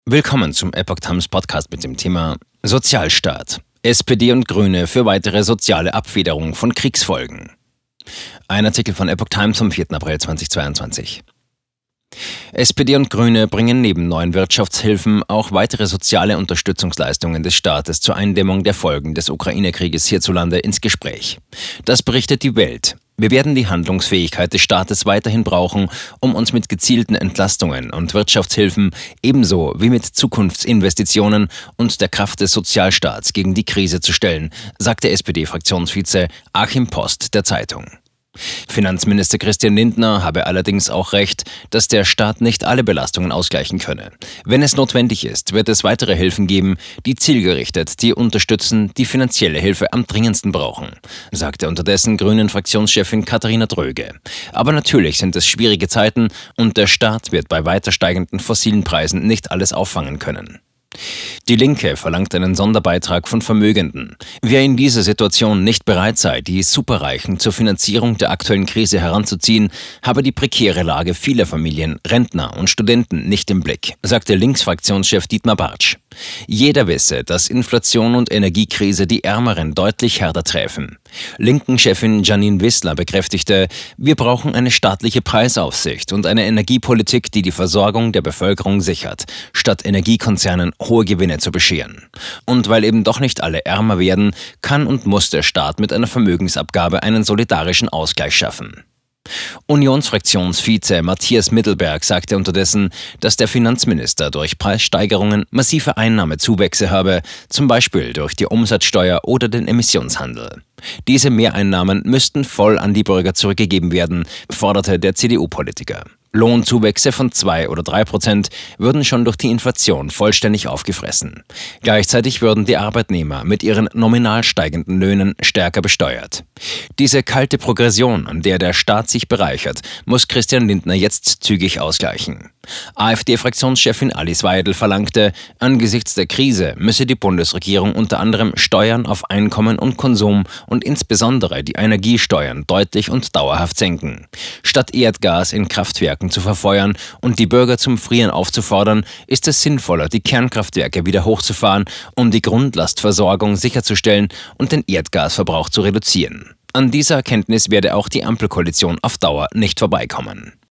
Willkommen zum Epoch Times Podcast mit dem Thema Sozialstaat. SPD und Grüne für weitere soziale Abfederung von Kriegsfolgen. Ein Artikel von Epoch Times vom 4. April 2022. SPD und Grüne bringen neben neuen Wirtschaftshilfen auch weitere soziale Unterstützungsleistungen des Staates zur Eindämmung der Folgen des Ukraine-Krieges hierzulande ins Gespräch. Das berichtet die Welt. Wir werden die Handlungsfähigkeit des Staates weiterhin brauchen, um uns mit gezielten Entlastungen und Wirtschaftshilfen ebenso wie mit Zukunftsinvestitionen und der Kraft des Sozialstaats gegen die Krise zu stellen, sagte SPD-Fraktionsvize Achim Post der Zeitung. Finanzminister Christian Lindner habe allerdings auch recht, dass der Staat nicht alle Belastungen ausgleichen könne. Wenn es notwendig ist, wird es weitere Hilfen geben, die zielgerichtet die unterstützen, die finanzielle Hilfe am dringendsten brauchen, sagte unterdessen Grünen-Fraktionschefin Katharina Dröge. Aber natürlich sind es schwierige Zeiten und der Staat wird bei weiter steigenden fossilen Preisen nicht alles auffangen können. Die Linke verlangt einen Sonderbeitrag von Vermögenden. Wer in dieser Situation nicht bereit sei, die Superreichen zur Finanzierung der aktuellen Krise heranzuziehen, habe die prekäre Lage vieler Familien, Rentner und Studenten nicht im Blick, sagte Linksfraktionschef Dietmar Bartsch. Jeder wisse, dass Inflation und Energiekrise die Ärmeren deutlich härter träfen. Linken-Chefin Janine Wissler bekräftigte, wir brauchen eine staatliche Preisaufsicht und eine Energiepolitik, die die Versorgung der Bevölkerung sichert, statt Energiekonzernen hohe Gewinne zu bescheren. Und weil eben doch nicht alle ärmer werden, kann und muss der Staat mit einer Vermögensabgabe einen solidarischen Ausgleich schaffen. Unionsfraktionsvize Matthias Mittelberg sagte unterdessen, dass der Finanzminister durch Preissteigerungen massive Einnahmezuwächse habe, zum Beispiel durch die Umsatzsteuer oder den Emissionshandel. Diese Mehreinnahmen müssten voll an die Bürger zurückgegeben werden, forderte der CDU-Politiker. Lohnzuwächse von 2 oder 3% würden schon durch die Inflation vollständig aufgefressen. Gleichzeitig würden die Arbeitnehmer mit ihren nominal steigenden Löhnen stärker besteuert. Diese kalte Progression, an der der Staat sich bereichert, muss Christian Lindner jetzt zügig ausgleichen. AfD-Fraktionschefin Alice Weidel verlangte, angesichts der Krise müsse die Bundesregierung unter anderem Steuern auf Einkommen und Konsum und insbesondere die Energiesteuern deutlich und dauerhaft senken. Statt Erdgas in Kraftwerken zu verfeuern und die Bürger zum Frieren aufzufordern, ist es sinnvoller, die Kernkraftwerke wieder hochzufahren, um die Grundlastversorgung sicherzustellen und den Erdgasverbrauch zu reduzieren. An dieser Erkenntnis werde auch die Ampelkoalition auf Dauer nicht vorbeikommen.